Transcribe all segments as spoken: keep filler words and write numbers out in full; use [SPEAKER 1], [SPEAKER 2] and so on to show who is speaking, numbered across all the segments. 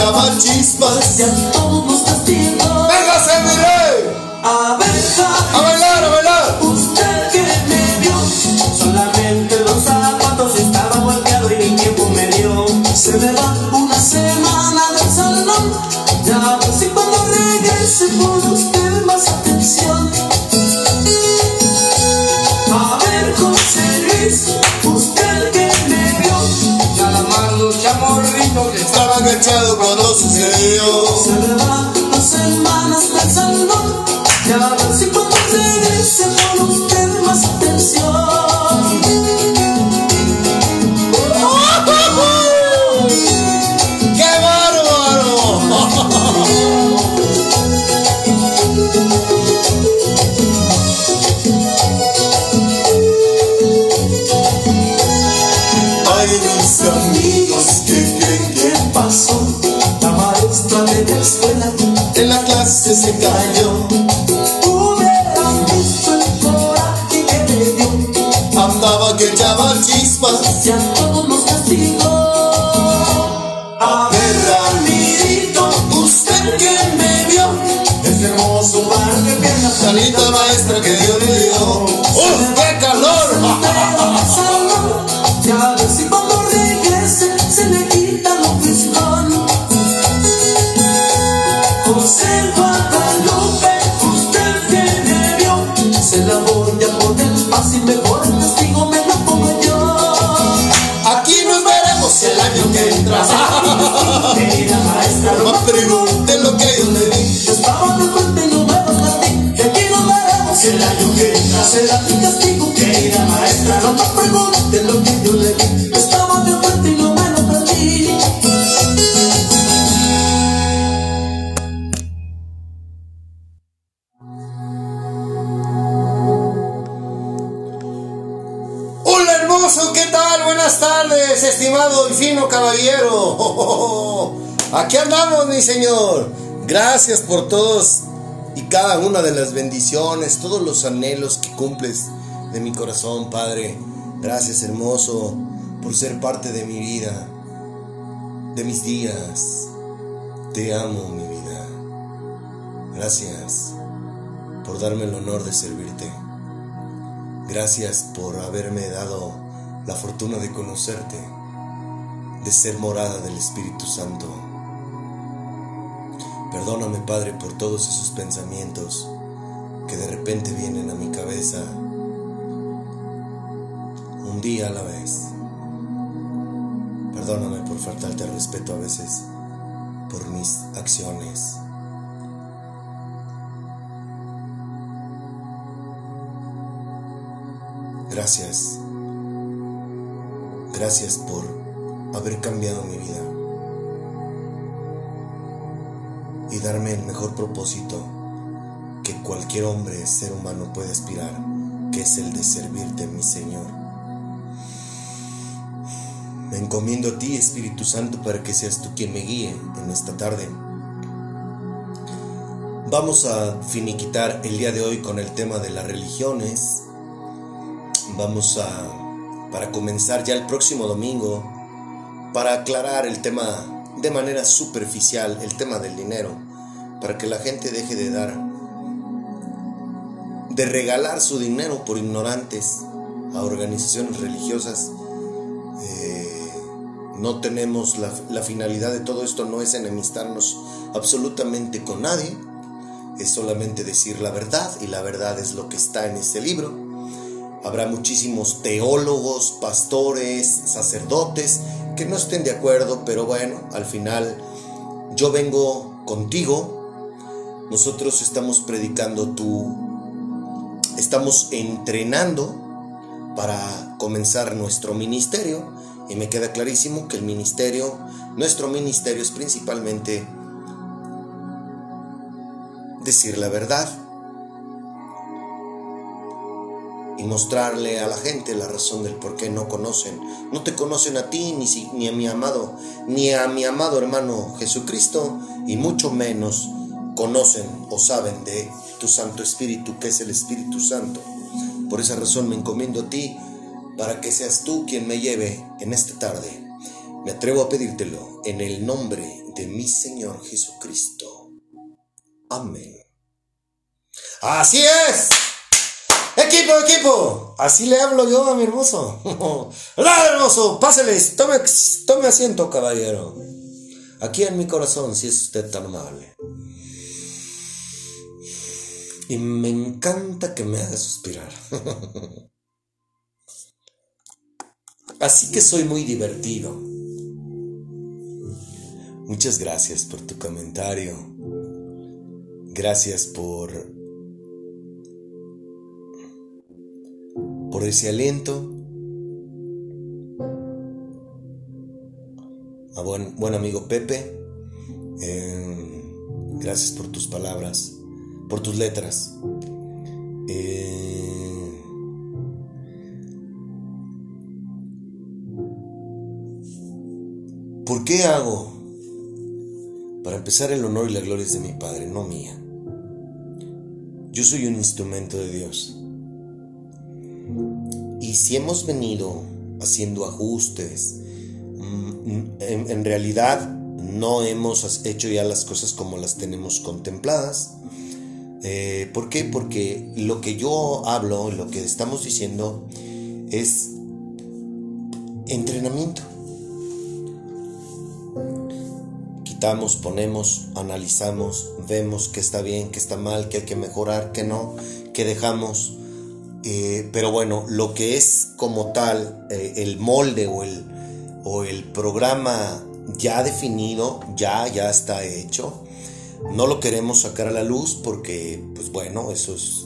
[SPEAKER 1] echaban chispas.
[SPEAKER 2] Ya todos los castigos.
[SPEAKER 1] ¡Véngase, mi rey!
[SPEAKER 2] A ver,
[SPEAKER 1] ¡A bailar, a bailar!
[SPEAKER 2] usted que me vio, solamente los zapatos estaban golpeados y ni tiempo me dio. Se me va una semana del salón, ya casi cuando regrese pone usted más atención. A ver, José Luis, usted que me vio, nada más los chamorritos que
[SPEAKER 1] Estaban echados cuando sucedió.
[SPEAKER 2] se me va las semanas del salón, ya casi cuando regrese pone usted más atención.
[SPEAKER 1] ¡Qué bárbaro! Ay, mis amigos, ¿qué creen que
[SPEAKER 2] Pasó la maestra de la escuela,
[SPEAKER 1] en la clase se cayó?
[SPEAKER 2] hubieran visto el coraje que me dio,
[SPEAKER 1] Andaba que echaba chispas.
[SPEAKER 2] ya todos nos castigó. A ver, Ramirito, usted que me vio, este hermoso par de piernas,
[SPEAKER 1] Sanita maestra que Dios le dio. ¡Uf, qué calor!
[SPEAKER 2] ya ver si cuando regrese se le quita lo friscón. José Guadalupe, usted que me vio, se la voy a poner fácil, mejor el castigo me lo pongo yo.
[SPEAKER 1] Aquí nos veremos el año que entra.
[SPEAKER 2] Querida maestra,
[SPEAKER 1] No me pregunten lo que yo le di.
[SPEAKER 2] yo estaba de cuenta y no me lo perdí. Que aquí nos veremos el año que entra, será mi castigo. Querida maestra, no me pregunten lo que yo le di. Estaba de cuenta y no me lo perdí.
[SPEAKER 1] Hola hermoso, ¿qué tal? Buenas tardes, estimado y fino caballero. Oh, oh, oh. Aquí andamos, mi Señor. Gracias por todos y cada una de las bendiciones, todos los anhelos que cumples de mi corazón, Padre. Gracias, hermoso, por ser parte de mi vida, de mis días. Te amo, mi vida. Gracias por darme el honor de servirte. Gracias por haberme dado la fortuna de conocerte, de ser morada del Espíritu Santo. Perdóname, Padre, por todos esos pensamientos que de repente vienen a mi cabeza, un día a la vez. Perdóname por faltarte al respeto a veces, por mis acciones. Gracias. Gracias por haber cambiado mi vida y darme el mejor propósito que cualquier hombre, ser humano puede aspirar, que es el de servirte, mi Señor. Me encomiendo a ti, Espíritu Santo, para que seas tú quien me guíe en esta tarde. Vamos a finiquitar el día de hoy con el tema de las religiones. Vamos a, para comenzar ya el próximo domingo, para aclarar el tema de manera superficial, el tema del dinero, para que la gente deje de dar, de regalar su dinero por ignorantes a organizaciones religiosas. Eh, no tenemos la, la finalidad de todo esto, no es enemistarnos absolutamente con nadie, es solamente decir la verdad, y la verdad es lo que está en este libro. Habrá muchísimos teólogos, pastores, sacerdotes que no estén de acuerdo, pero bueno, al final yo vengo contigo. Nosotros estamos predicando tú, estamos entrenando para comenzar nuestro ministerio, y me queda clarísimo que el ministerio, nuestro ministerio es principalmente decir la verdad y mostrarle a la gente la razón del por qué no conocen. No te conocen a ti, ni, si, ni a mi amado, ni a mi amado hermano Jesucristo, y mucho menos conocen o saben de tu Santo Espíritu, que es el Espíritu Santo. Por esa razón me encomiendo a ti, para que seas tú quien me lleve en esta tarde. Me atrevo a pedírtelo en el nombre de mi Señor Jesucristo. Amén. ¡Así es! ¡Equipo, equipo! Así le hablo yo a mi hermoso. ¡Hola, hermoso! Páseles, tome, tome asiento, caballero. Aquí en mi corazón, si es usted tan amable. Y me encanta que me haga suspirar. Así que soy muy divertido. Muchas gracias por tu comentario. Gracias por por ese aliento. A buen, buen amigo Pepe, eh, gracias por tus palabras, por tus letras. Eh, ¿Por qué hago? Para empezar, el honor y la gloria es de mi Padre, no mía. Yo soy un instrumento de Dios. Y si hemos venido haciendo ajustes, en, en realidad no hemos hecho ya las cosas como las tenemos contempladas. Eh, ¿Por qué? Porque lo que yo hablo, lo que estamos diciendo es entrenamiento. Quitamos, ponemos, analizamos, vemos qué está bien, qué está mal, qué hay que mejorar, qué no, qué dejamos. Eh, pero bueno, lo que es como tal, eh, el molde o el, o el programa ya definido, ya, ya está hecho. No lo queremos sacar a la luz porque, pues bueno, eso es,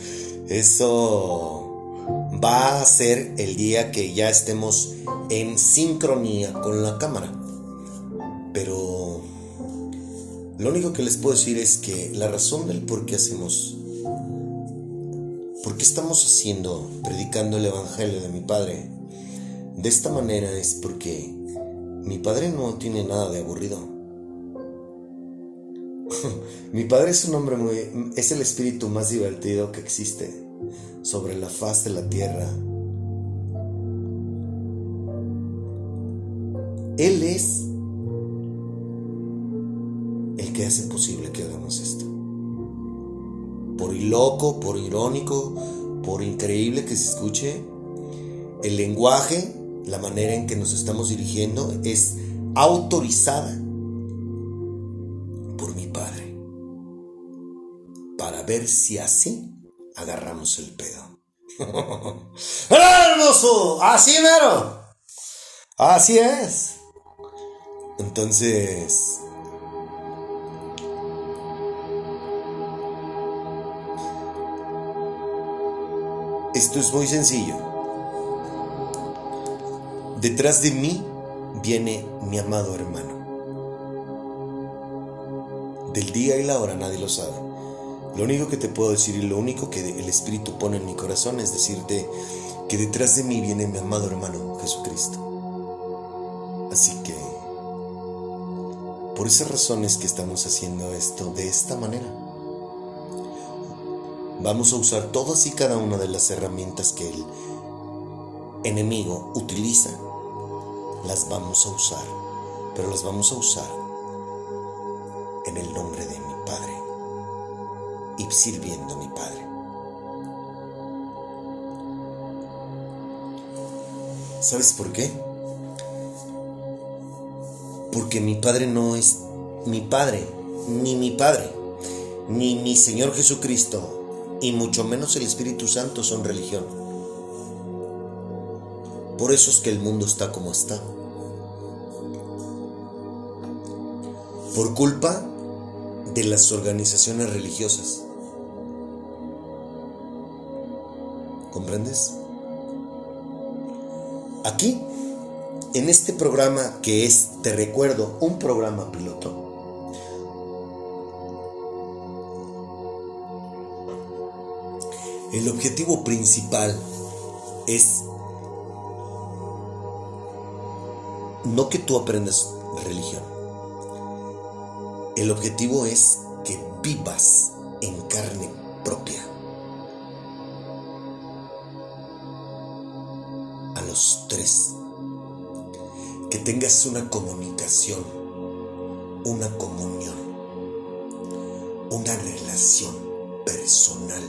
[SPEAKER 1] eso va a ser el día que ya estemos en sincronía con la cámara. Pero lo único que les puedo decir es que la razón del por qué hacemos, por qué estamos haciendo, predicando el evangelio de mi Padre de esta manera es porque mi Padre no tiene nada de aburrido. Mi Padre es un hombre muy, es el espíritu más divertido que existe sobre la faz de la tierra. Él es el que hace posible que hagamos esto. Por loco, por irónico, por increíble que se escuche, el lenguaje, la manera en que nos estamos dirigiendo es autorizada por mi Padre, para ver si así agarramos el pedo. ¡Hola, hermoso! ¡Así mero! Así es. Entonces, esto es muy sencillo. Detrás de mí viene mi amado hermano. Del día y la hora nadie lo sabe. Lo único que te puedo decir y lo único que el Espíritu pone en mi corazón es decirte que detrás de mí viene mi amado hermano Jesucristo. Así que, por esas razones que estamos haciendo esto de esta manera, vamos a usar todas y cada una de las herramientas que el enemigo utiliza. Las vamos a usar, pero las vamos a usar en el nombre de mi Padre y sirviendo a mi Padre. ¿Sabes por qué? Porque mi Padre no es mi Padre, ni mi Padre, ni mi Señor Jesucristo, y mucho menos el Espíritu Santo son religión. Por eso es que el mundo está como está. Por culpa de las organizaciones religiosas. ¿Comprendes? Aquí, en este programa que es, te recuerdo, un programa piloto, el objetivo principal es no que tú aprendas religión. El objetivo es que vivas en carne propia a los tres. Que tengas una comunicación, una comunión, una relación personal.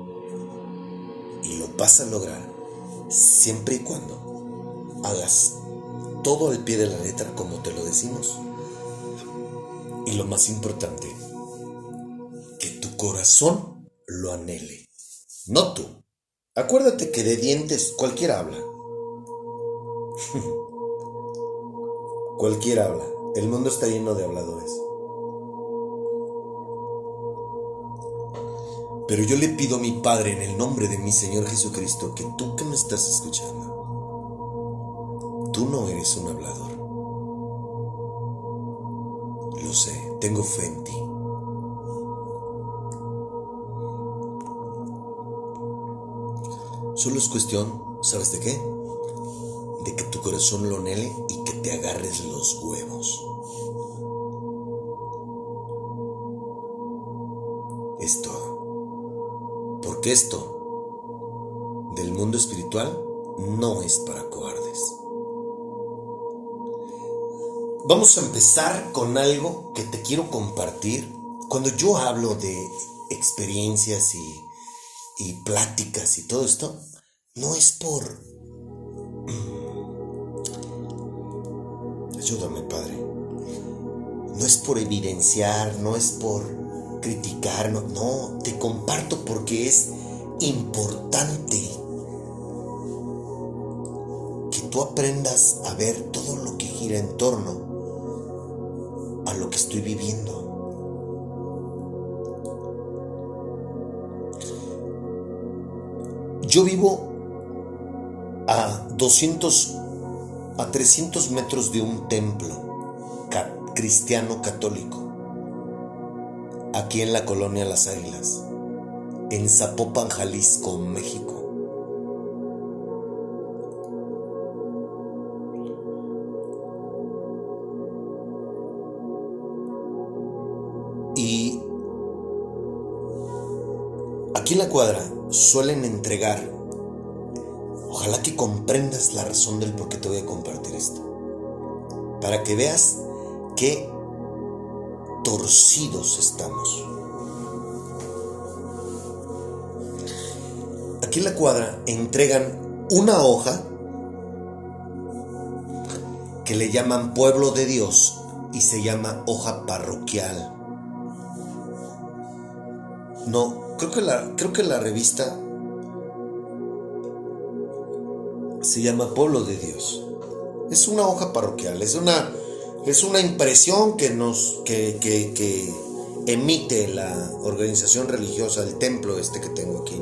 [SPEAKER 1] Y lo vas a lograr siempre y cuando hagas todo al pie de la letra como te lo decimos. Y lo más importante, que tu corazón lo anhele, no tú. Acuérdate que de dientes cualquiera habla. Cualquiera habla. El mundo está lleno de habladores. Pero yo le pido a mi Padre en el nombre de mi Señor Jesucristo que tú que me estás escuchando, tú no eres un hablador. Lo sé, tengo fe en ti. Solo es cuestión, ¿sabes de qué? De que tu corazón lo anhele y que te agarres los huevos. Es todo. Porque esto del mundo espiritual no es para cobardes. Vamos a empezar con algo que te quiero compartir. Cuando yo hablo de experiencias y, y pláticas y todo esto, no es por... Ayúdame, Padre. No es por evidenciar, no es por criticar, no, no, te comparto porque es importante que tú aprendas a ver todo lo que gira en torno a lo que estoy viviendo. Yo vivo a doscientos, a trescientos metros de un templo ca- cristiano católico, aquí en la colonia Las Águilas, en Zapopan, Jalisco, México. Y aquí en la cuadra suelen entregar, ojalá que comprendas la razón del por qué te voy a compartir esto, para que veas qué torcidos estamos. Aquí en la cuadra entregan una hoja que le llaman Pueblo de Dios y se llama hoja parroquial. No, creo que la, creo que la revista se llama Pueblo de Dios. Es una hoja parroquial, es una, es una impresión que nos, que, que, que emite la organización religiosa, el templo este que tengo aquí.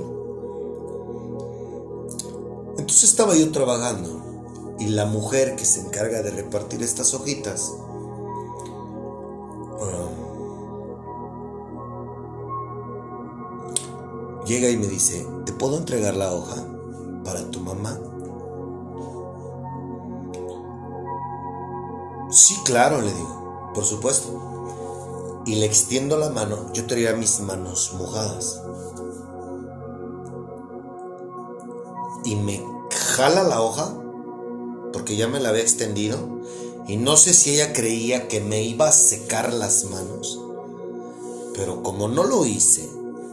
[SPEAKER 1] Entonces estaba yo trabajando y la mujer que se encarga de repartir estas hojitas uh, llega y me dice: ¿te puedo entregar la hoja para tu mamá? Sí, claro, le digo, por supuesto. Y le extiendo la mano. Yo traía mis manos mojadas. Y me jala la hoja, porque ya me la había extendido. Y no sé si ella creía que me iba a secar las manos, pero como no lo hice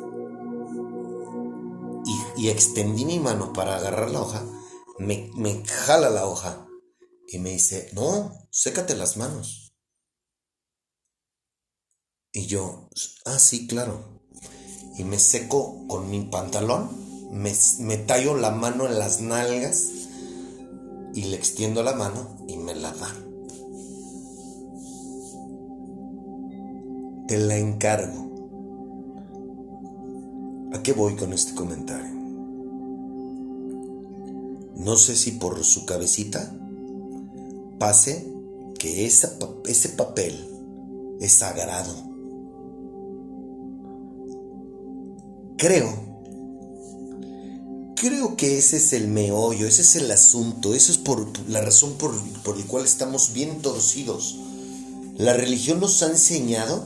[SPEAKER 1] y, y extendí mi mano para agarrar la hoja, me, me jala la hoja y me dice: no, sécate las manos. Y yo: ah, sí, claro. Y me seco con mi pantalón, me, me tallo la mano en las nalgas y le extiendo la mano y me la da. Te la encargo. ¿A qué voy con este comentario? No sé si por su cabecita pase que esa, ese papel es sagrado. Creo, creo que ese es el meollo, ese es el asunto, eso es por la razón por, por la cual estamos bien torcidos. La religión nos ha enseñado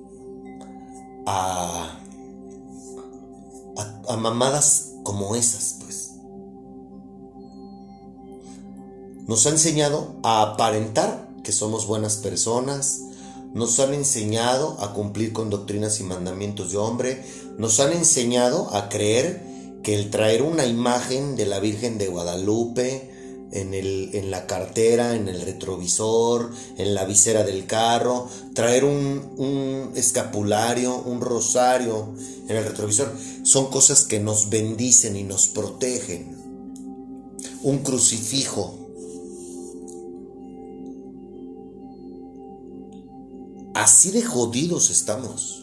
[SPEAKER 1] a, a, a mamadas como esas, pues. nos ha enseñado a aparentar que somos buenas personas, nos han enseñado a cumplir con doctrinas y mandamientos de hombre, nos han enseñado a creer que el traer una imagen de la Virgen de Guadalupe en, el, en la cartera, en el retrovisor, en la visera del carro, traer un, un escapulario, un rosario en el retrovisor, son cosas que nos bendicen y nos protegen. Un crucifijo. Así de jodidos estamos.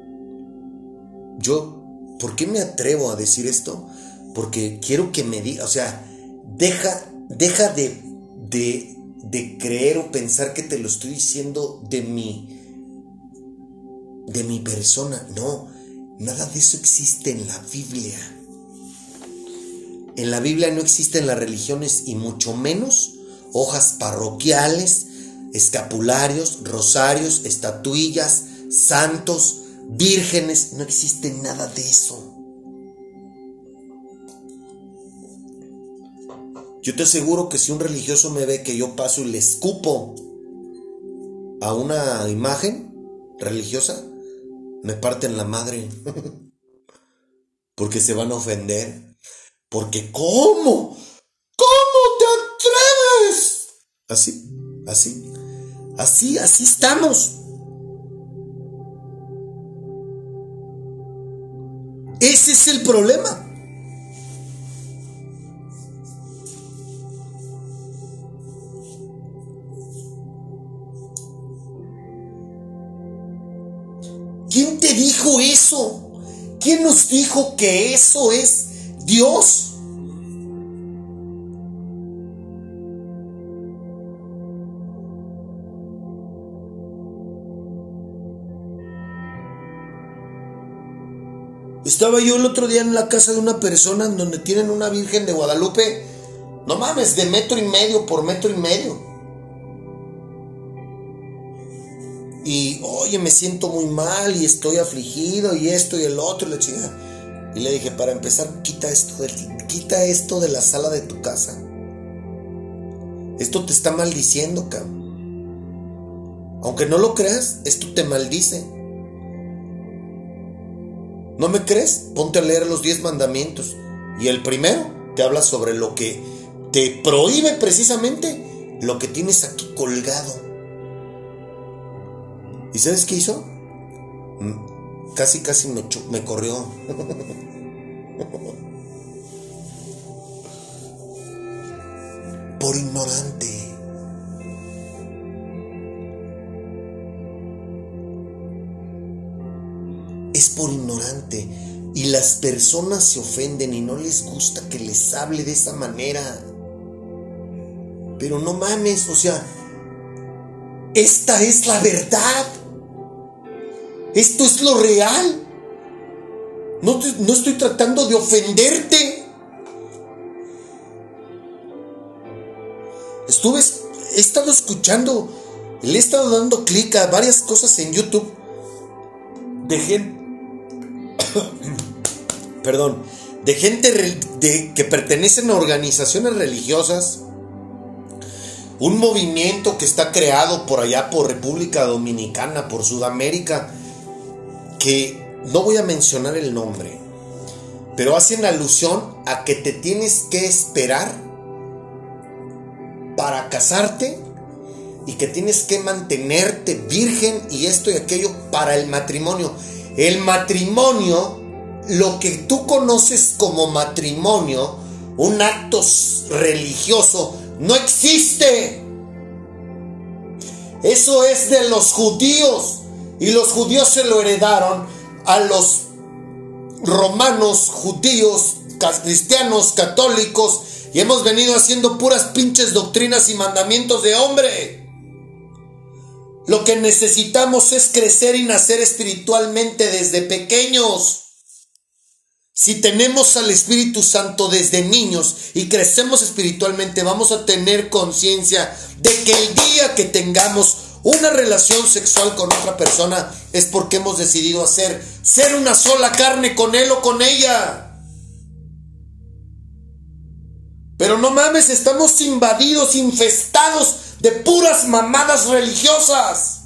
[SPEAKER 1] Yo, ¿por qué me atrevo a decir esto? Porque quiero que me diga, o sea, deja, deja de, de, de creer o pensar que te lo estoy diciendo de mi, de mi persona. No, nada de eso existe en la Biblia. En la Biblia no existen las religiones y mucho menos hojas parroquiales, escapularios, rosarios, estatuillas, santos, vírgenes. No existe nada de eso. Yo te aseguro que si un religioso me ve que yo paso y le escupo a una imagen religiosa, me parten la madre. Porque se van a ofender. Porque ¿cómo? ¿Cómo te atreves? Así, así, así, así estamos. Ese es el problema. ¿Quién te dijo eso? ¿Quién nos dijo que eso es Dios? Estaba yo el otro día en la casa de una persona en donde tienen una Virgen de Guadalupe, no mames, de metro y medio por metro y medio. Y oye, me siento muy mal y estoy afligido y esto y el otro y la chingada. Y le dije, para empezar, quita esto de, quita esto de la sala de tu casa. Esto te está maldiciendo, cabrón. Aunque no lo creas, esto te maldice. ¿No me crees? Ponte a leer los diez mandamientos. Y el primero te habla sobre lo que te prohíbe precisamente lo que tienes aquí colgado. ¿Y sabes qué hizo? Casi, casi me, me corrió. Por ignorante. Es por ignorante. Y las personas se ofenden y no les gusta que les hable de esa manera. Pero no mames, o sea, esta es la verdad. Esto es lo real. No, te, no estoy tratando de ofenderte. Estuve, he estado escuchando, le he estado dando clic a varias cosas en YouTube de gente, perdón, de gente de, que pertenecen a organizaciones religiosas, un movimiento que está creado por allá por República Dominicana, por Sudamérica, que no voy a mencionar el nombre, pero hacen alusión a que te tienes que esperar para casarte y que tienes que mantenerte virgen y esto y aquello para el matrimonio. El matrimonio, lo que tú conoces como matrimonio, un acto religioso, no existe. Eso es de los judíos y los judíos se lo heredaron a los romanos, judíos, cristianos, católicos, y hemos venido haciendo puras pinches doctrinas y mandamientos de hombre. Lo que necesitamos es crecer y nacer espiritualmente desde pequeños. Si tenemos al Espíritu Santo desde niños y crecemos espiritualmente, vamos a tener conciencia de que el día que tengamos una relación sexual con otra persona es porque hemos decidido hacer, ser una sola carne con él o con ella. Pero no mames, estamos invadidos, infestados de puras mamadas religiosas.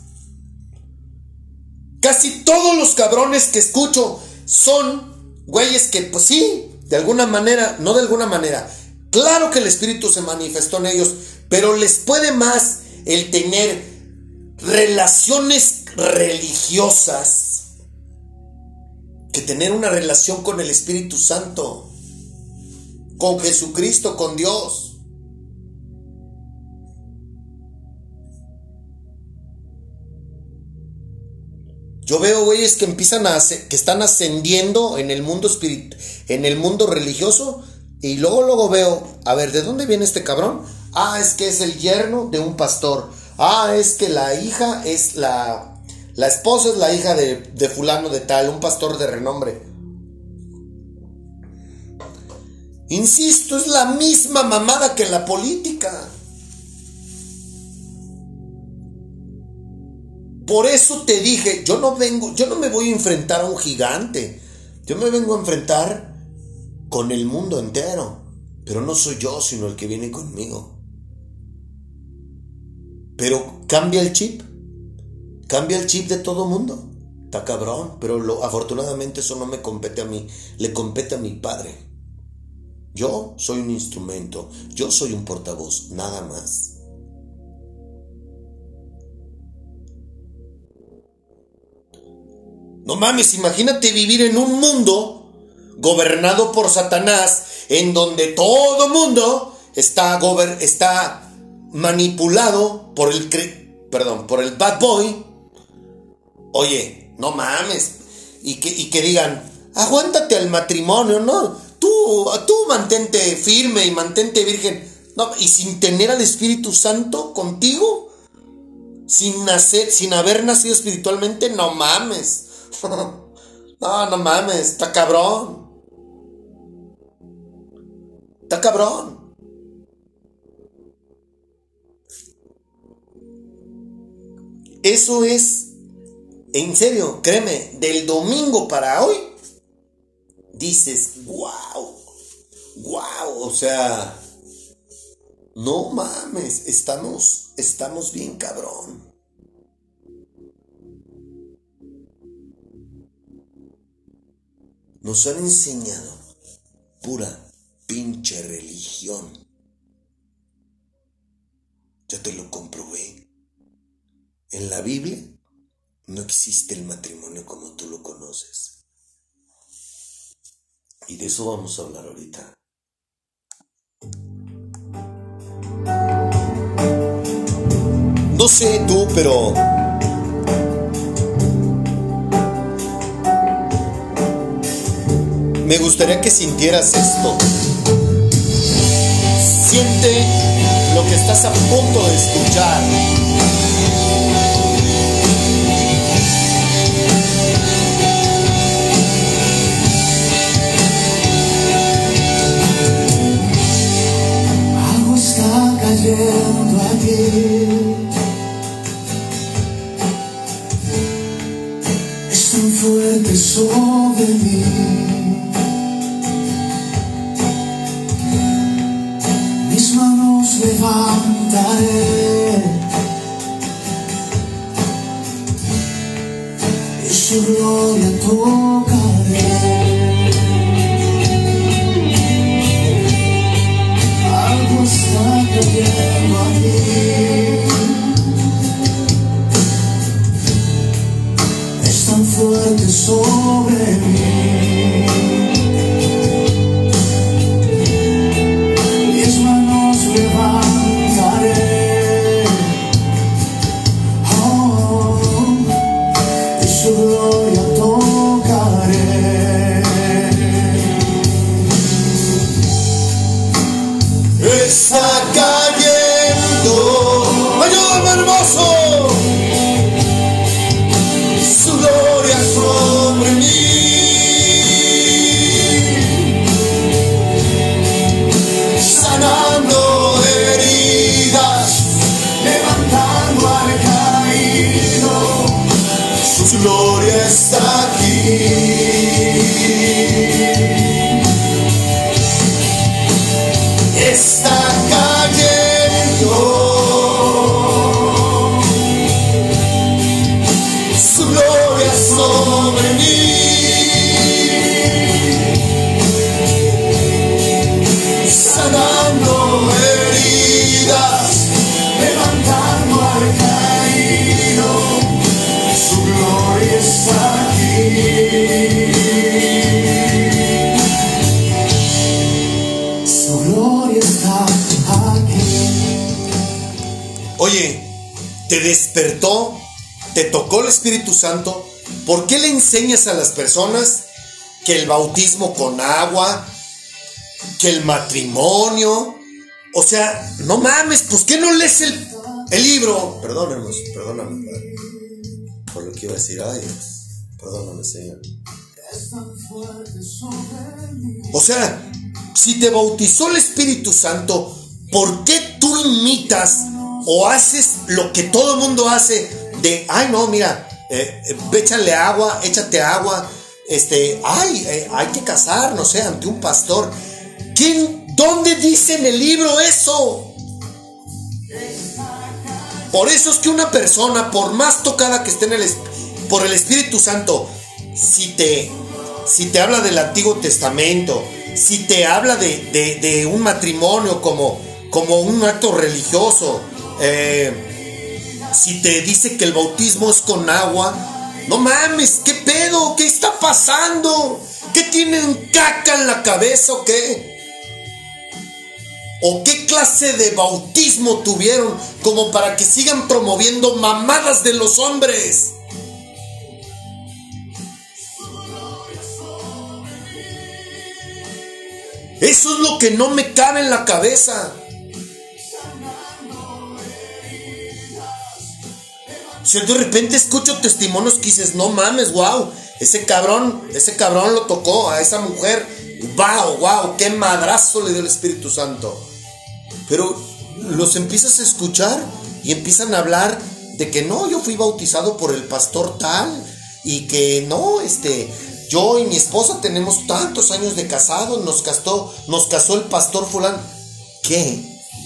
[SPEAKER 1] Casi todos los cabrones que escucho son güeyes que, pues sí, de alguna manera, no de alguna manera, claro que el Espíritu se manifestó en ellos, pero les puede más el tener relaciones religiosas que tener una relación con el Espíritu Santo, con Jesucristo, con Dios. Yo veo güeyes que empiezan a que están ascendiendo en el mundo espíritu, en el mundo religioso, y luego luego veo, a ver, ¿de dónde viene este cabrón? Ah, es que es el yerno de un pastor. Ah, es que la hija es la la esposa es la hija de, de fulano de tal, un pastor de renombre. Insisto, es la misma mamada que la política. Por eso te dije, yo no vengo, yo no me voy a enfrentar a un gigante. Yo me vengo a enfrentar con el mundo entero. Pero no soy yo, sino el que viene conmigo. Pero cambia el chip. Cambia el chip de todo mundo. Está cabrón, pero lo, afortunadamente eso no me compete a mí. Le compete a mi padre. Yo soy un instrumento. Yo soy un portavoz, nada más. No mames, imagínate vivir en un mundo gobernado por Satanás, en donde todo mundo está, gober- está manipulado por el, perdón, por el bad boy. Oye, no mames. Y que, y que digan, aguántate al matrimonio, ¿no? Tú, tú mantente firme y mantente virgen. No, y sin tener al Espíritu Santo contigo, sin nacer, sin haber nacido espiritualmente, no mames. No, no mames, está cabrón. Está cabrón. Eso es, en serio, créeme, del domingo para hoy, dices, wow, wow, o sea, no mames, estamos, estamos bien cabrón. Nos han enseñado pura pinche religión. Ya te lo comprobé. En la Biblia no existe el matrimonio como tú lo conoces. Y de eso vamos a hablar ahorita. No sé tú, pero me gustaría que sintieras esto. Siente lo que estás a punto de escuchar.
[SPEAKER 2] Algo está cayendo aquí. Es tan fuerte sobre mí. Levantaré y su gloria tocaré. Algo está cayendo aquí. Es tan fuerte sobre mí. Mis manos levantaré. Su gloria tocaré.
[SPEAKER 1] Está cayendo, ayúdame hermoso, su gloria sobre mí. sobre mí, sanando heridas,
[SPEAKER 2] levantando al caído, su gloria está aquí. Su gloria está aquí.
[SPEAKER 1] Oye, ¿te despertó? ¿Te tocó el Espíritu Santo? ¿Por qué le enseñas a las personas que el bautismo con agua, que el matrimonio? O sea, no mames, pues ¿qué no lees el, el libro? Perdónanos, perdóname, padre, por lo que iba a decir. Ay, perdóname, Señor. O sea, si te bautizó el Espíritu Santo, ¿por qué tú imitas o haces lo que todo el mundo hace? De, ay no, mira, eh, eh, échale agua, échate agua, este, ay, eh, hay que casar, no sé, ante un pastor. ¿Quién, dónde dice en el libro eso? Por eso es que una persona, por más tocada que esté en el, por el Espíritu Santo, si te, si te habla del Antiguo Testamento, si te habla de, de, de un matrimonio como, como un acto religioso, eh, si te dice que el bautismo es con agua, no mames, ¿qué pedo? ¿Qué está pasando? ¿Qué tienen caca en la cabeza o qué? ¿O qué clase de bautismo tuvieron como para que sigan promoviendo mamadas de los hombres? Eso es lo que no me cabe en la cabeza. O sea, de repente escucho testimonios que dices, no mames, wow, ese cabrón, ese cabrón lo tocó a esa mujer, wow, wow, qué madrazo le dio el Espíritu Santo. Pero los empiezas a escuchar y empiezan a hablar de que no, yo fui bautizado por el pastor tal, y que no, este, yo y mi esposa tenemos tantos años de casados, nos casó, nos casó el pastor fulano. ¿Qué?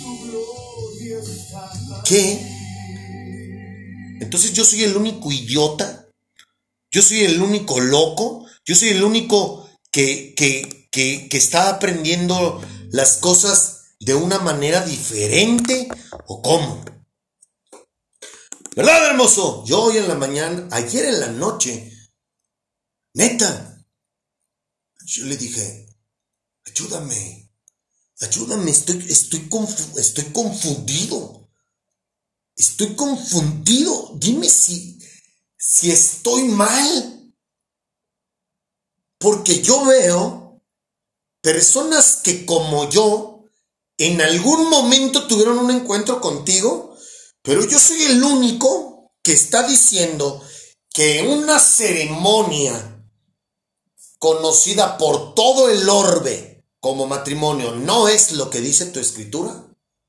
[SPEAKER 1] ¿Qué? Entonces yo soy el único idiota, yo soy el único loco, yo soy el único que, que, que, que está aprendiendo las cosas de una manera diferente, ¿o cómo? ¿Verdad, hermoso? Yo hoy en la mañana, ayer en la noche, neta, yo le dije, ayúdame, ayúdame, estoy, estoy, confu- estoy confundido. Estoy confundido. Dime si, si estoy mal. Porque yo veo personas que como yo en algún momento tuvieron un encuentro contigo, pero yo soy el único que está diciendo que una ceremonia conocida por todo el orbe como matrimonio no es lo que dice tu escritura.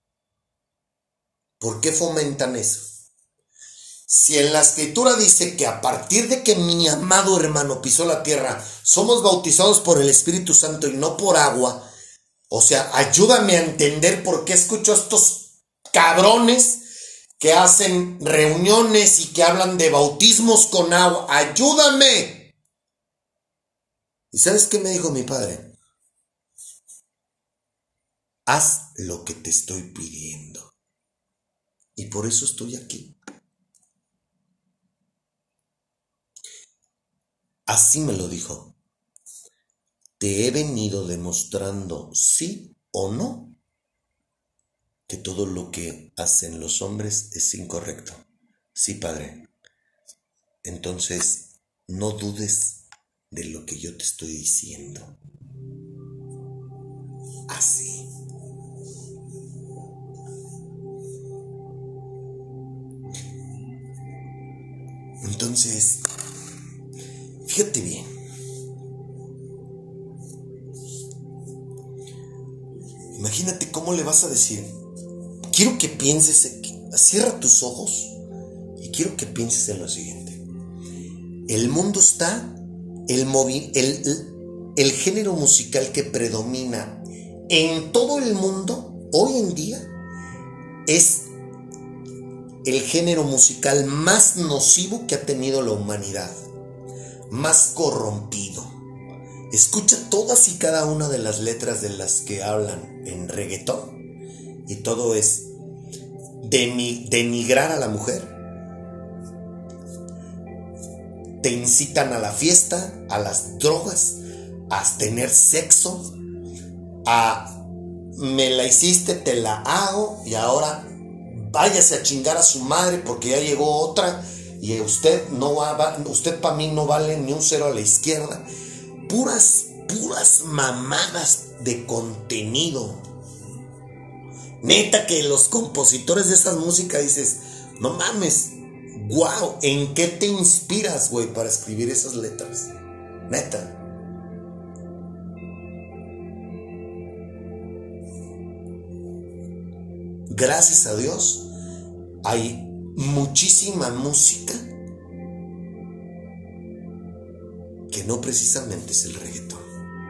[SPEAKER 1] ¿Por qué fomentan eso? Si en la escritura dice que a partir de que mi amado hermano pisó la tierra, somos bautizados por el Espíritu Santo y no por agua, o sea, ayúdame a entender por qué escucho a estos cabrones que hacen reuniones y que hablan de bautismos con agua. ¡Ayúdame! ¿Y sabes qué me dijo mi padre? Haz lo que te estoy pidiendo. Y por eso estoy aquí. Así me lo dijo. Te he venido demostrando, sí o no, que todo lo que hacen los hombres es incorrecto. Sí, padre. Entonces, no dudes de lo que yo te estoy diciendo. Así. Entonces, fíjate bien. Imagínate cómo le vas a decir. Quiero que pienses, cierra tus ojos y quiero que pienses en lo siguiente. El mundo está, el, movi, el, el, el género musical que predomina en todo el mundo hoy en día es el género musical más nocivo que ha tenido la humanidad. más corrompido. Escucha todas y cada una de las letras de las que hablan en reggaetón y todo es de denigrar a la mujer. Te incitan a la fiesta, a las drogas, a tener sexo, a me la hiciste, te la hago y ahora váyase a chingar a su madre porque ya llegó otra y usted no va, usted para mí no vale ni un cero a la izquierda. Puras, puras mamadas de contenido. Neta que los compositores de esas músicas dices, no mames, wow, ¿en qué te inspiras, güey, para escribir esas letras? Neta. Gracias a Dios hay muchísima música que no precisamente es el reggaetón.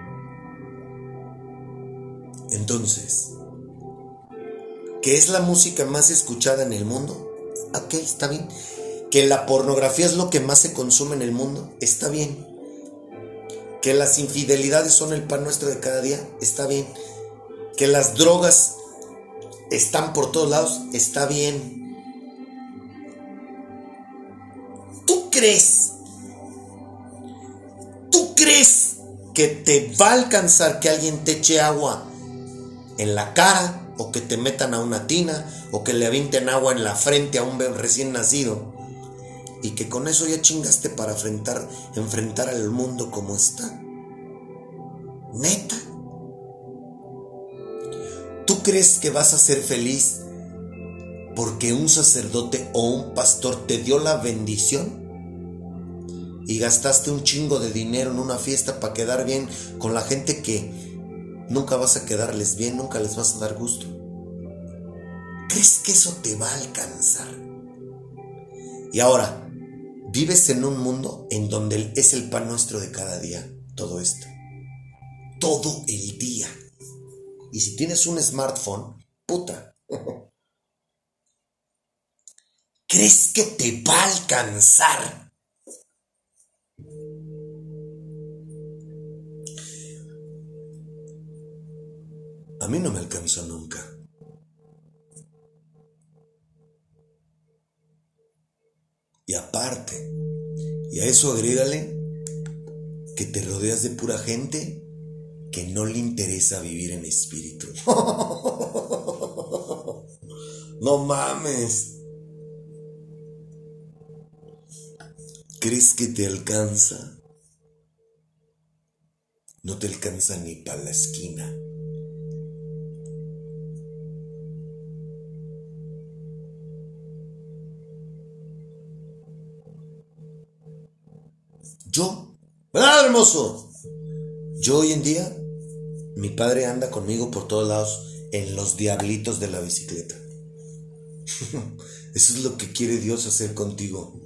[SPEAKER 1] Entonces, ¿qué es la música más escuchada en el mundo? Ok, está bien. ¿Que la pornografía es lo que más se consume en el mundo? Está bien. ¿Que las infidelidades son el pan nuestro de cada día? Está bien. ¿Que las drogas están por todos lados? Está bien. ¿Tú crees? ¿Tú crees que te va a alcanzar que alguien te eche agua en la cara, o que te metan a una tina, o que le avienten agua en la frente a un bebé recién nacido, y que con eso ya chingaste para enfrentar, enfrentar al mundo como está? ¿Neta? ¿Tú crees que vas a ser feliz porque un sacerdote o un pastor te dio la bendición y gastaste un chingo de dinero en una fiesta para quedar bien con la gente que nunca vas a quedarles bien, nunca les vas a dar gusto? ¿Crees que eso te va a alcanzar? Y ahora, vives en un mundo en donde es el pan nuestro de cada día, todo esto. Todo el día. Y si tienes un smartphone, puta. ¿Crees que te va a alcanzar? A mí no me alcanzó nunca. Y aparte, y a eso agrégale que te rodeas de pura gente que no le interesa vivir en espíritu. No mames. ¿Crees que te alcanza? No te alcanza ni para la esquina. Yo, ¿verdad, hermoso? Yo hoy en día, mi padre anda conmigo por todos lados en los diablitos de la bicicleta. Eso es lo que quiere Dios hacer contigo.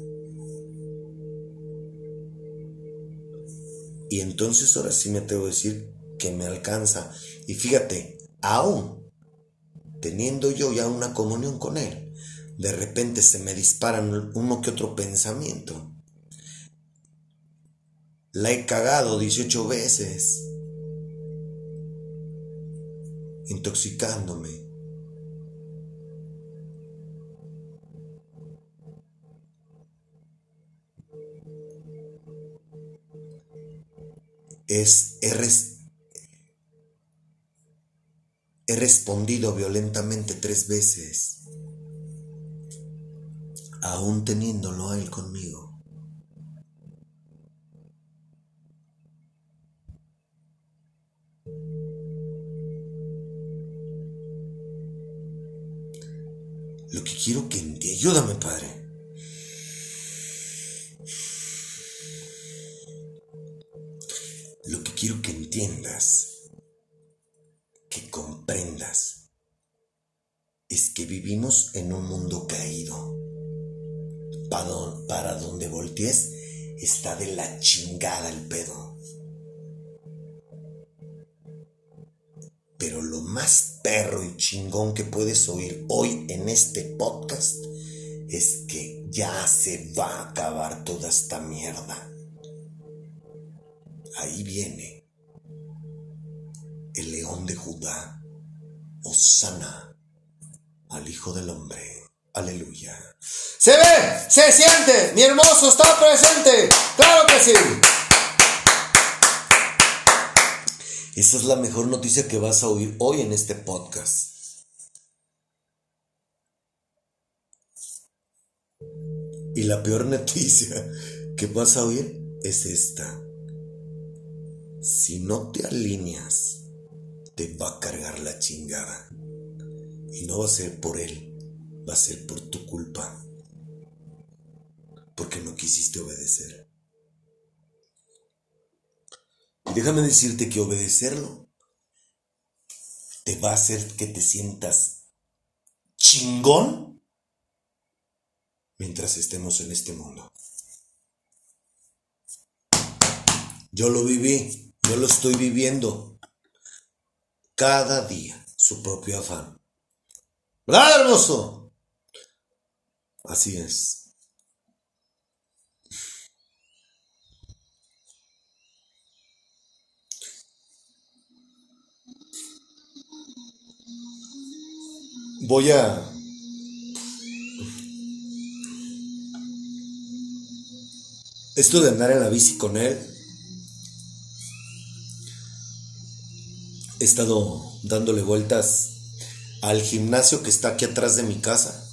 [SPEAKER 1] Y entonces ahora sí me atrevo a decir que me alcanza. Y fíjate, aún teniendo yo ya una comunión con Él, de repente se me disparan uno que otro pensamiento. La he cagado dieciocho veces, intoxicándome. Es, he, res, he respondido violentamente tres veces, aún teniéndolo a Él conmigo. Lo que quiero que entiendas, ayúdame, Padre. Lo que quiero que entiendas, que comprendas, es que vivimos en un mundo caído. Para, para donde voltees está de la chingada el pedo. Pero lo más perro y chingón que puedes oír hoy en este podcast es que ya se va a acabar toda esta mierda. ahí viene el león de Judá. Hosana al Hijo del Hombre. Aleluya. Se ve, se siente, mi hermoso está presente. Claro que sí. Esa es la mejor noticia que vas a oír hoy en este podcast. Y la peor noticia que vas a oír es esta. Si no te alineas, te va a cargar la chingada. Y no va a ser por él, va a ser por tu culpa. Porque no quisiste obedecer. Y déjame decirte que obedecerlo te va a hacer que te sientas chingón mientras estemos en este mundo. Yo lo viví, yo lo estoy viviendo. Cada día su propio afán. ¿Verdad, hermoso? Así es. Voy a... Esto de andar en la bici con él, he estado dándole vueltas al gimnasio que está aquí atrás de mi casa.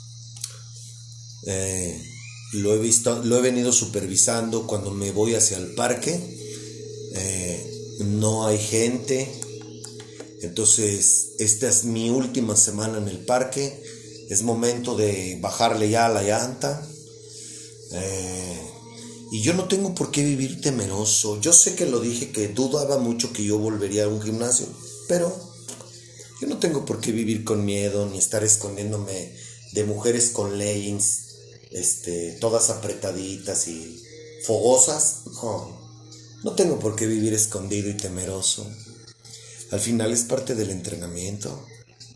[SPEAKER 1] Eh, lo he visto, lo he venido supervisando cuando me voy hacia el parque. Eh, no hay gente. Entonces, esta es mi última semana en el parque. Es momento de bajarle ya a la llanta. Eh, y yo no tengo por qué vivir temeroso. Yo sé que lo dije, que dudaba mucho que yo volvería a un gimnasio, pero yo no tengo por qué vivir con miedo, ni estar escondiéndome de mujeres con leggings, este, todas apretaditas y fogosas. No, no tengo por qué vivir escondido y temeroso. Al final es parte del entrenamiento.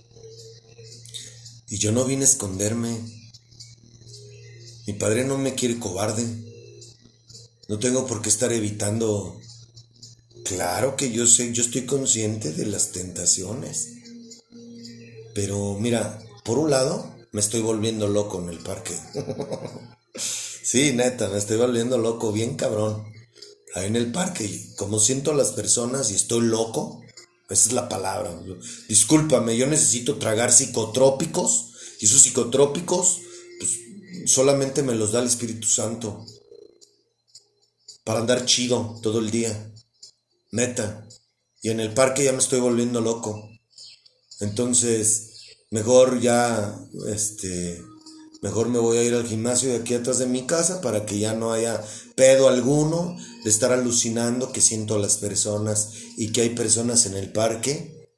[SPEAKER 1] Y yo no vine a esconderme. Mi padre no me quiere cobarde. No tengo por qué estar evitando. Claro que yo sé, yo estoy consciente de las tentaciones. Pero mira, por un lado, me estoy volviendo loco en el parque. Sí, neta, me estoy volviendo loco, bien cabrón. Ahí en el parque, como siento a las personas y estoy loco. Esa es la palabra. Discúlpame, yo necesito tragar psicotrópicos. Y esos psicotrópicos, pues, solamente me los da el Espíritu Santo. Para andar chido todo el día. Neta. Y en el parque ya me estoy volviendo loco. Entonces, mejor ya, este... Mejor me voy a ir al gimnasio de aquí atrás de mi casa para que ya no haya pedo alguno de estar alucinando que siento a las personas y que hay personas en el parque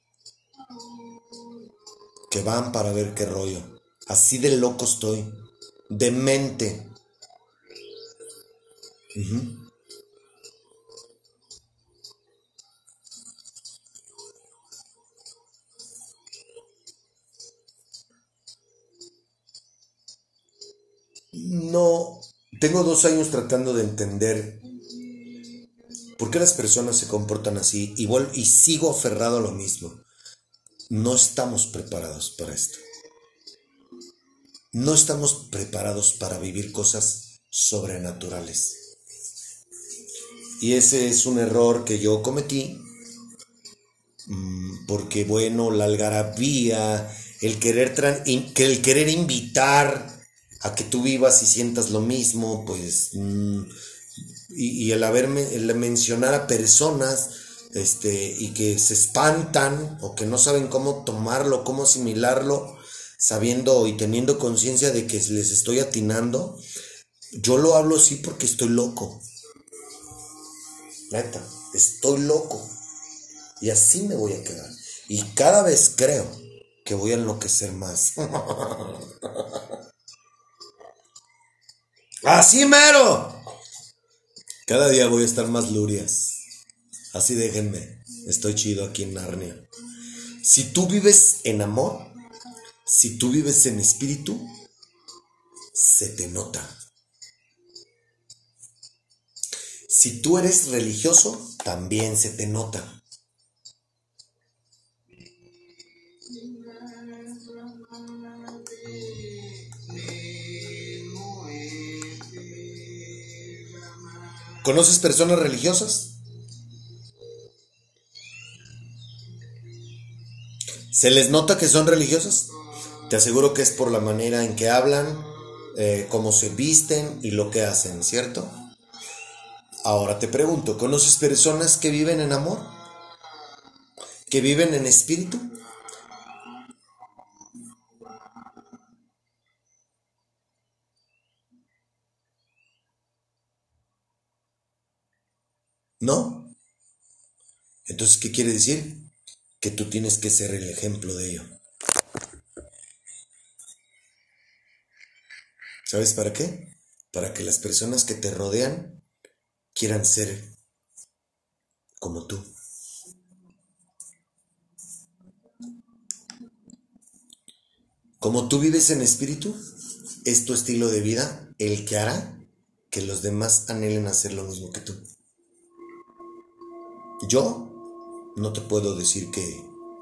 [SPEAKER 1] que van para ver qué rollo. Así de loco estoy, demente. Uh-huh. No, tengo dos años tratando de entender por qué las personas se comportan así y, vol- y sigo aferrado a lo mismo. No estamos preparados para esto. No estamos preparados para vivir cosas sobrenaturales. Y ese es un error que yo cometí, porque bueno, la algarabía, el querer, tra- que el querer invitar a que tú vivas y sientas lo mismo, pues, mmm, y, y el haberme, el mencionar a personas, este, y que se espantan o que no saben cómo tomarlo, cómo asimilarlo, sabiendo y teniendo conciencia de que les estoy atinando. Yo lo hablo así porque estoy loco. Neta, estoy loco. Y así me voy a quedar. Y cada vez creo que voy a enloquecer más. ¡Así mero! Cada día voy a estar más lurias. Así déjenme. Estoy chido aquí en Narnia. Si tú vives en amor, si tú vives en espíritu, se te nota. Si tú eres religioso, también se te nota. ¿Conoces personas religiosas? ¿Se les nota que son religiosas? Te aseguro que es por la manera en que hablan, eh, cómo se visten y lo que hacen, ¿cierto? Ahora te pregunto, ¿conoces personas que viven en amor? ¿Que viven en espíritu? ¿No? Entonces, ¿qué quiere decir? Que tú tienes que ser el ejemplo de ello. ¿Sabes para qué? Para que las personas que te rodean quieran ser como tú. Como tú vives en espíritu, es tu estilo de vida el que hará que los demás anhelen hacer lo mismo que tú. Yo no te puedo decir que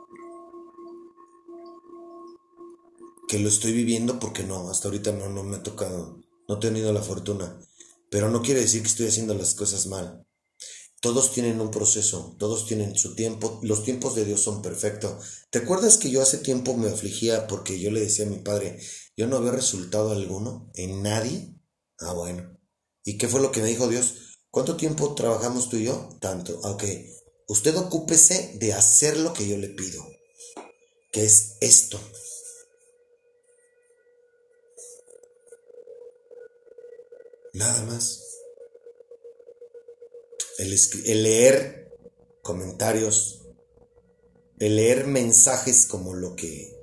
[SPEAKER 1] que lo estoy viviendo porque no, hasta ahorita no, no me ha tocado, no he tenido la fortuna, pero no quiere decir que estoy haciendo las cosas mal. Todos tienen un proceso, todos tienen su tiempo, los tiempos de Dios son perfectos. ¿Te acuerdas que yo hace tiempo me afligía porque yo le decía a mi padre, yo no había resultado alguno en nadie? Ah, bueno. ¿Y qué fue lo que me dijo Dios? ¿Cuánto tiempo trabajamos tú y yo? Tanto. Ok, usted ocúpese de hacer lo que yo le pido, que es esto. Nada más. El, el leer comentarios, el leer mensajes como lo que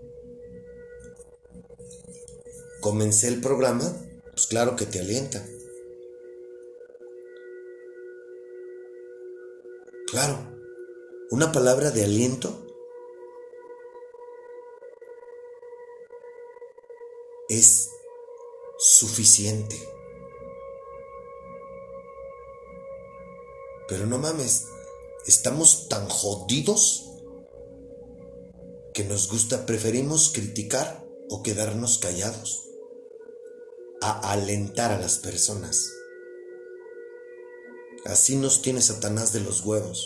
[SPEAKER 1] comencé el programa, pues claro que te alienta. Claro, una palabra de aliento es suficiente. Pero no mames, estamos tan jodidos que nos gusta, preferimos criticar o quedarnos callados a alentar a las personas. Así nos tiene Satanás de los huevos.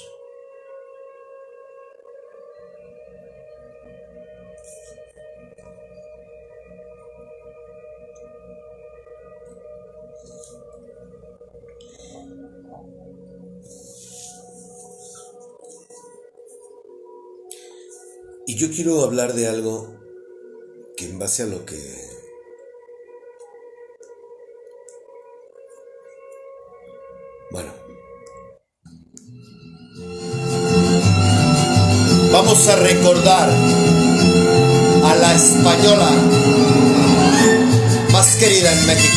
[SPEAKER 1] Y yo quiero hablar de algo que en base a lo que bueno, vamos a recordar a la española más querida en México.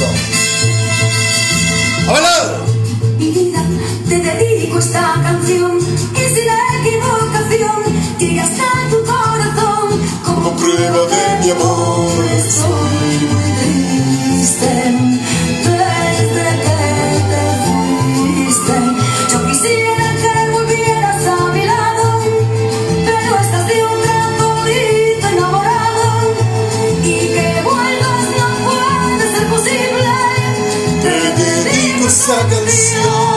[SPEAKER 1] ¡Vámonos!
[SPEAKER 3] Mi vida, te dedico esta canción y sin equivocación llega hasta tu corazón como prueba de mi amor. Estoy muy triste desde que te fuiste. Yo quisiera que volvieras a mi lado, pero estás de un gran bonito enamorado y que vuelvas no puede ser posible. Te dedico esta canción.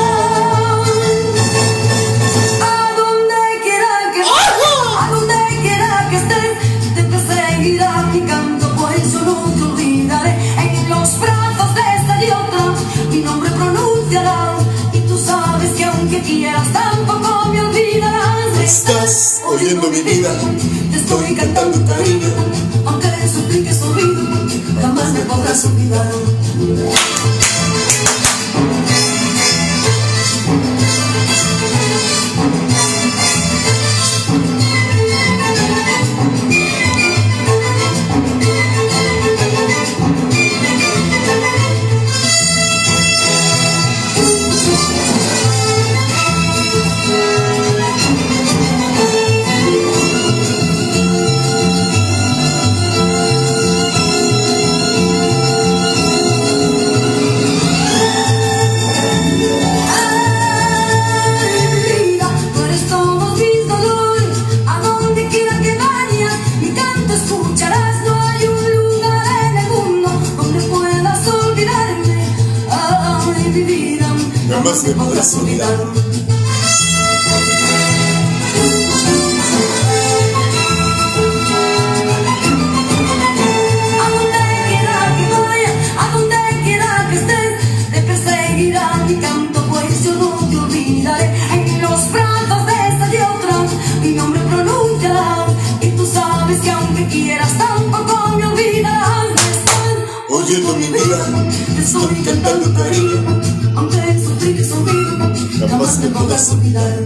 [SPEAKER 3] Mi canto, pues yo no te olvidaré. En los brazos de esta idiota mi nombre pronunciará. Y tú sabes que aunque quieras tampoco me olvidarás.
[SPEAKER 1] Estás oyendo mi vida,
[SPEAKER 3] te estoy cantando cariño. Aunque supliques olvido, jamás me podrás olvidar.
[SPEAKER 1] jamás me podrás olvidar.
[SPEAKER 3] Mi canto, pues yo no te olvidaré. En los brazos de esta y otra mi nombre pronuncia, y tú sabes que aunque quieras tampoco me olvidarás. Me están
[SPEAKER 1] oyendo mi vida,
[SPEAKER 3] te estoy cantando cariño, aunque sufrir y sonreír, jamás me podrás olvidar.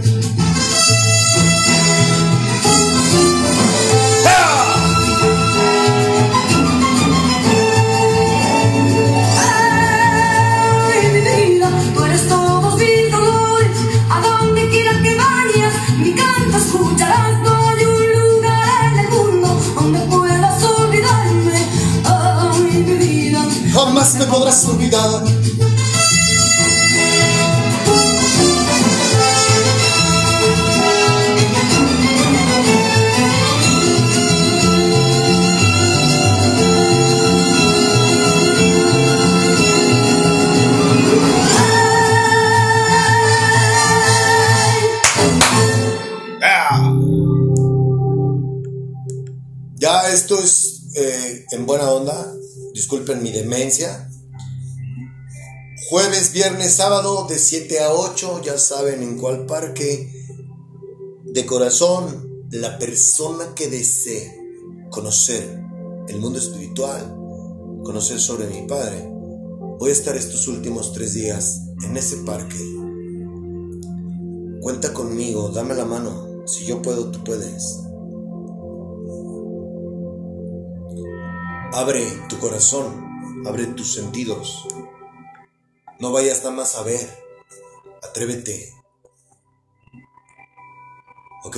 [SPEAKER 3] Escucharás, no hay un lugar en el mundo donde puedas olvidarme. Ay, mi vida,
[SPEAKER 1] jamás me podrás olvidar. Ya esto es eh, en buena onda, disculpen mi demencia. Jueves, viernes, sábado de siete a ocho, ya saben en cuál parque. De corazón, la persona que desee conocer el mundo espiritual, conocer sobre mi Padre, voy a estar estos últimos tres días en ese parque. Cuenta conmigo, dame la mano, si yo puedo, tú puedes. Abre tu corazón, abre tus sentidos. No vayas nada más a ver, atrévete. ¿Ok?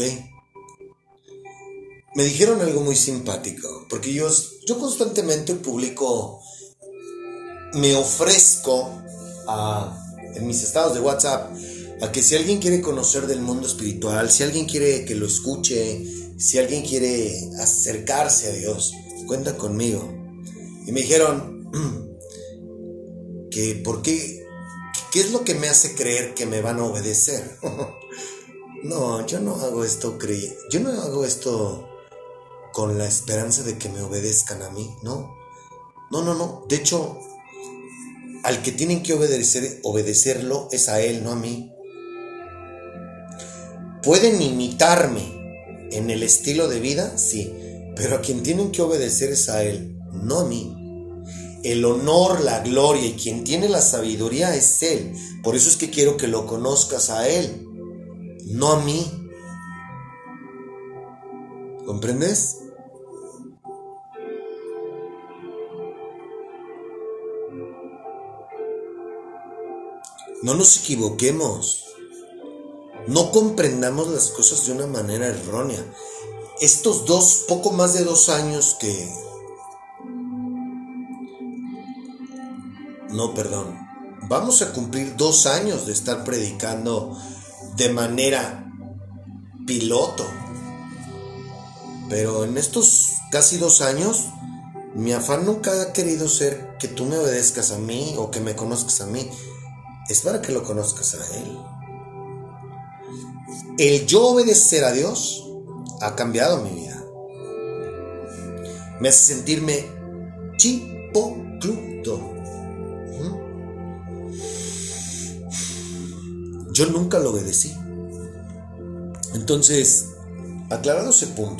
[SPEAKER 1] Me dijeron algo muy simpático, porque yo, yo constantemente publico, me ofrezco a, en mis estados de WhatsApp, a que si alguien quiere conocer del mundo espiritual, si alguien quiere que lo escuche, si alguien quiere acercarse a Dios, cuenta conmigo. Y me dijeron que por qué, qué es lo que me hace creer que me van a obedecer. No, yo no hago esto creí, yo no hago esto con la esperanza de que me obedezcan a mí, no. No, no, no. De hecho, al que tienen que obedecer, obedecerlo es a él, no a mí. Pueden imitarme en el estilo de vida, sí, pero a quien tienen que obedecer es a él, no a mí. El honor, la gloria y quien tiene la sabiduría es él. Por eso es que quiero que lo conozcas a él, no a mí. ¿Comprendes? No nos equivoquemos. No comprendamos las cosas de una manera errónea. Estos dos, poco más de dos años que... No, perdón. Vamos a cumplir dos años de estar predicando de manera piloto. Pero en estos casi dos años, mi afán nunca ha querido ser que tú me obedezcas a mí o que me conozcas a mí. Es para que lo conozcas a él. El yo obedecer a Dios ha cambiado mi vida. Me hace sentirme chipocludo. Yo nunca lo obedecí. Entonces, aclarado ese punto,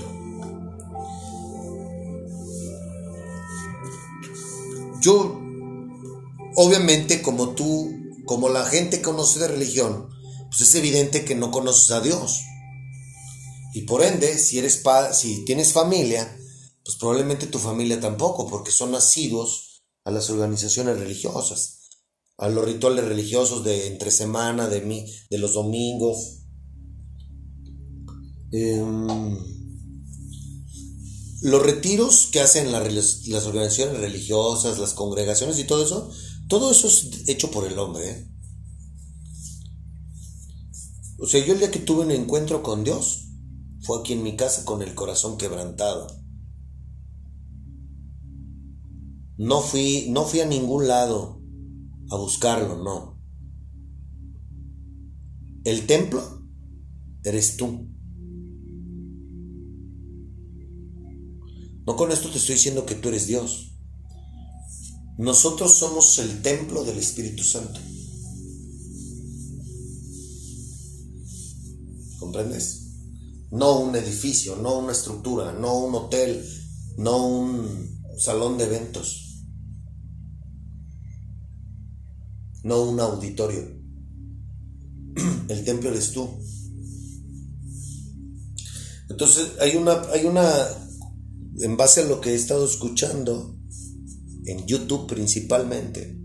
[SPEAKER 1] yo, obviamente, como tú, como la gente conoce de religión, pues es evidente que no conoces a Dios. Y por ende, si eres pa- si tienes familia, pues probablemente tu familia tampoco, porque son asiduos a las organizaciones religiosas, a los rituales religiosos de entre semana, de, mi, de los domingos. Eh, los retiros que hacen la, las organizaciones religiosas, las congregaciones y todo eso, todo eso es hecho por el hombre, ¿eh? O sea, yo el día que tuve un encuentro con Dios fue aquí en mi casa con el corazón quebrantado. No fui, no fui a ningún lado a buscarlo, no. El templo eres tú. No con esto te estoy diciendo que tú eres Dios. Nosotros somos el templo del Espíritu Santo. ¿Comprendes? No un edificio, no una estructura, no un hotel, no un salón de eventos, no un auditorio. El templo eres tú. Entonces hay una, hay una, en base a lo que he estado escuchando en YouTube principalmente.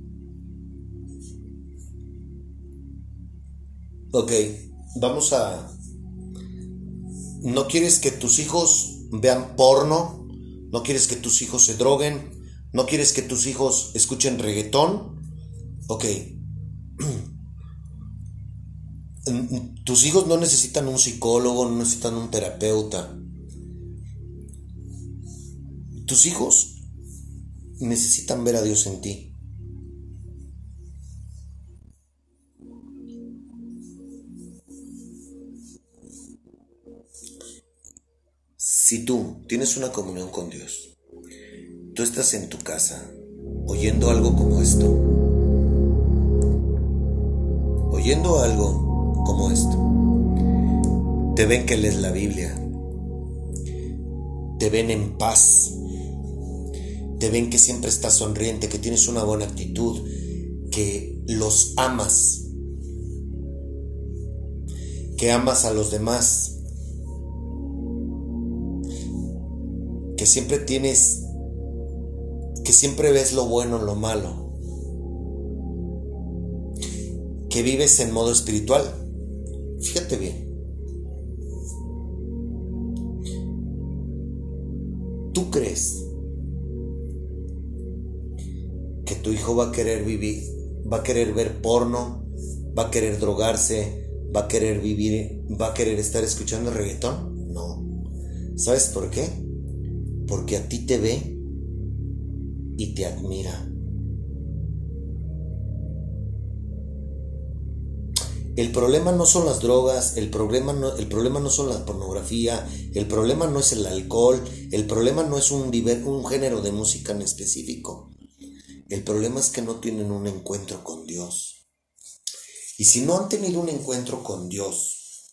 [SPEAKER 1] Ok, vamos a... ¿No quieres que tus hijos vean porno? ¿No quieres que tus hijos se droguen? ¿No quieres que tus hijos escuchen reggaetón? Ok. Tus hijos no necesitan un psicólogo, no necesitan un terapeuta. Tus hijos necesitan ver a Dios en ti. Si tú tienes una comunión con Dios, tú estás en tu casa oyendo algo como esto, oyendo algo como esto, te ven que lees la Biblia, te ven en paz, te ven que siempre estás sonriente, que tienes una buena actitud, que los amas, que amas a los demás, que siempre tienes, que siempre ves lo bueno en lo malo, que vives en modo espiritual. Fíjate bien. ¿Tú crees que tu hijo va a querer vivir, va a querer ver porno, va a querer drogarse, va a querer vivir, va a querer estar escuchando reggaetón? No. ¿Sabes por qué? Porque a ti te ve y te admira. El problema no son las drogas, el problema no, el problema no son la pornografía, el problema no es el alcohol, el problema no es un, un género de música en específico. El problema es que no tienen un encuentro con Dios. Y si no han tenido un encuentro con Dios,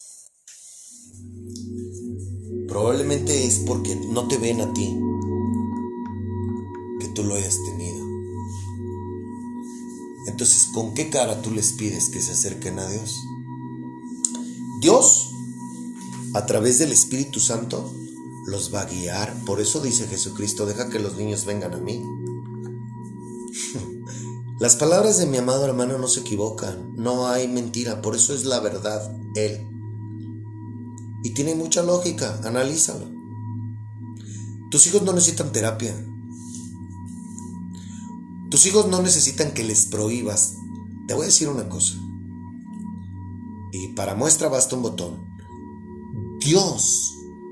[SPEAKER 1] probablemente es porque no te ven a ti, que tú lo hayas tenido. Entonces, ¿con qué cara tú les pides que se acerquen a Dios? Dios, a través del Espíritu Santo, los va a guiar. Por eso dice Jesucristo: deja que los niños vengan a mí. Las palabras de mi amado hermano no se equivocan, no hay mentira, por eso es la verdad, Él. Y tiene mucha lógica, analízalo. Tus hijos no necesitan terapia. Tus hijos no necesitan que les prohíbas. Te voy a decir una cosa. Y para muestra basta un botón. Dios,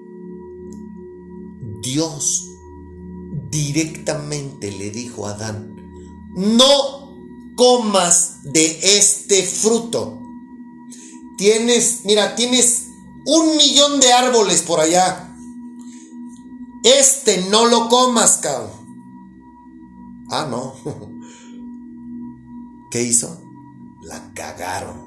[SPEAKER 1] Dios directamente le dijo a Adán: no comas de este fruto. Tienes, mira, tienes un millón de árboles por allá. Este no lo comas, cabrón. Ah, no. ¿Qué hizo? La cagaron.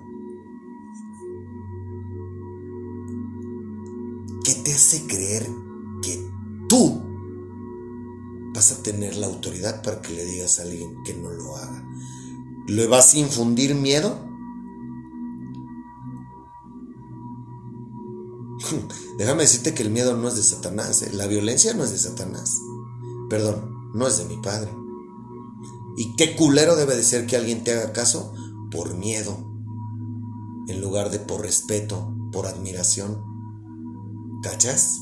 [SPEAKER 1] ¿Qué te hace creer que tú vas a tener la autoridad para que le digas a alguien que no lo haga? ¿Le vas a infundir miedo? Déjame decirte que el miedo no es de Satanás, ¿eh? La violencia no es de Satanás. Perdón, no es de mi padre. Y qué culero debe de ser que alguien te haga caso por miedo, en lugar de por respeto, por admiración. ¿Cachas?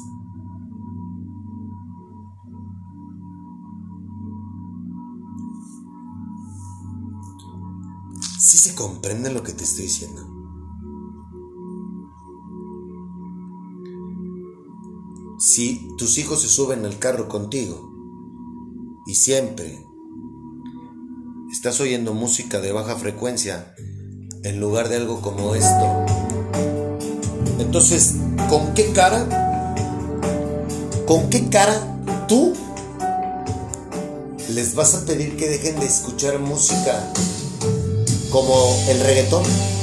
[SPEAKER 1] ¿Sí se comprende lo que te estoy diciendo? Si tus hijos se suben al carro contigo y siempre estás oyendo música de baja frecuencia, en lugar de algo como esto. Entonces, ¿con qué cara? ¿Con qué cara tú les vas a pedir que dejen de escuchar música como el reggaetón?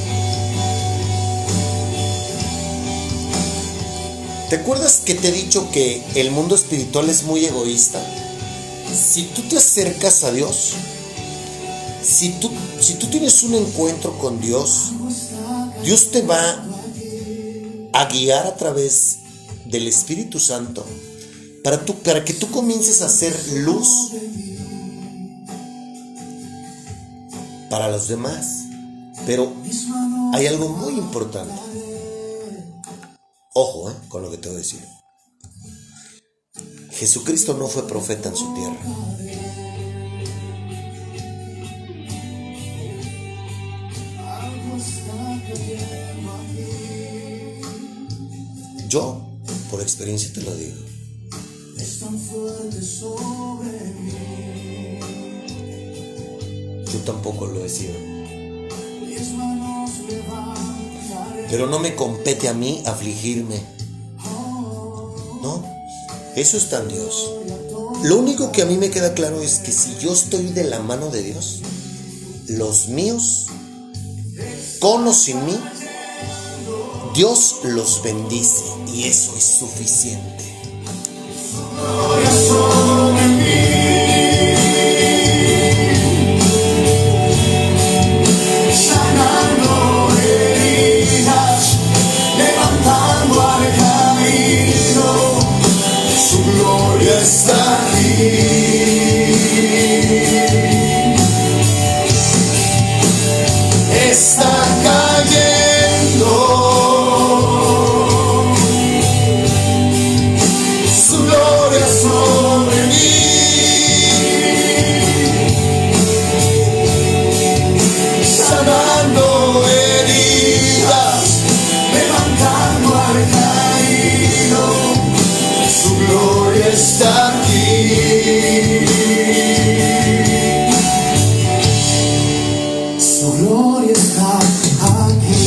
[SPEAKER 1] ¿Te acuerdas que te he dicho que el mundo espiritual es muy egoísta? Si tú te acercas a Dios, si tú, si tú tienes un encuentro con Dios, Dios te va a guiar a través del Espíritu Santo para, tú, para que tú comiences a hacer luz para los demás. Pero hay algo muy importante. Ojo, ¿eh? Con lo que te voy a decir. Jesucristo no fue profeta en su tierra. Yo, por experiencia te lo digo. Yo tampoco lo he sido. Pero no me compete a mí afligirme. No, eso está en Dios. Lo único que a mí me queda claro es que si yo estoy de la mano de Dios, los míos, con o sin mí, Dios los bendice y eso es suficiente.
[SPEAKER 2] Sanando heridas, levantando al camino, su gloria está aquí. Está cayendo. Sobre mí, sanando heridas, levantando al caído, su gloria está aquí, su gloria está aquí.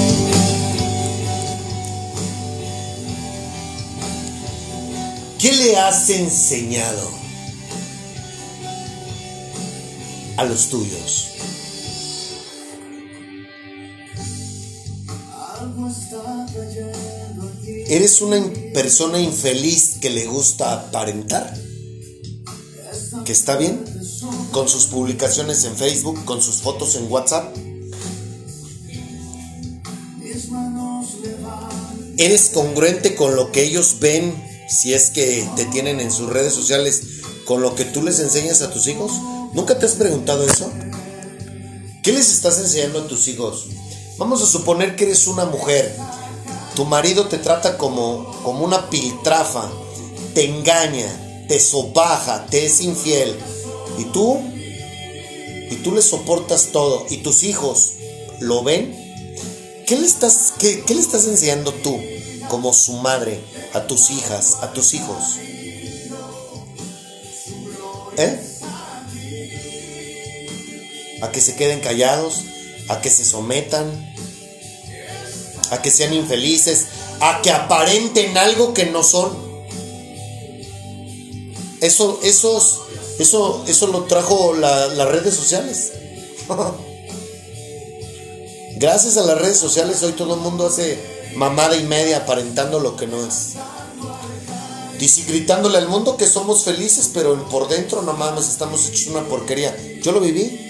[SPEAKER 1] ¿Qué le has enseñado a los tuyos? ¿Eres una persona infeliz que le gusta aparentar? ¿Que está bien? Con sus publicaciones en Facebook, con sus fotos en WhatsApp. ¿Eres congruente con lo que ellos ven? Si es que te tienen en sus redes sociales, con lo que tú les enseñas a tus hijos. ¿Nunca te has preguntado eso? ¿Qué les estás enseñando a tus hijos? Vamos a suponer que eres una mujer. Tu marido te trata como, como una piltrafa, te engaña, te sopaja, te es infiel. Y tú, y tú le soportas todo. Y tus hijos lo ven. ¿Qué le estás, qué, qué le estás enseñando tú como su madre a tus hijas, a tus hijos? ¿Eh? A que se queden callados, a que se sometan, a que sean infelices, a que aparenten algo que no son. Eso, esos, eso, eso lo trajo la, las redes sociales. Gracias a las redes sociales hoy todo el mundo hace mamada y media aparentando lo que no es. Dice, gritándole al mundo que somos felices, pero por dentro no mames, estamos hechos una porquería. Yo lo viví.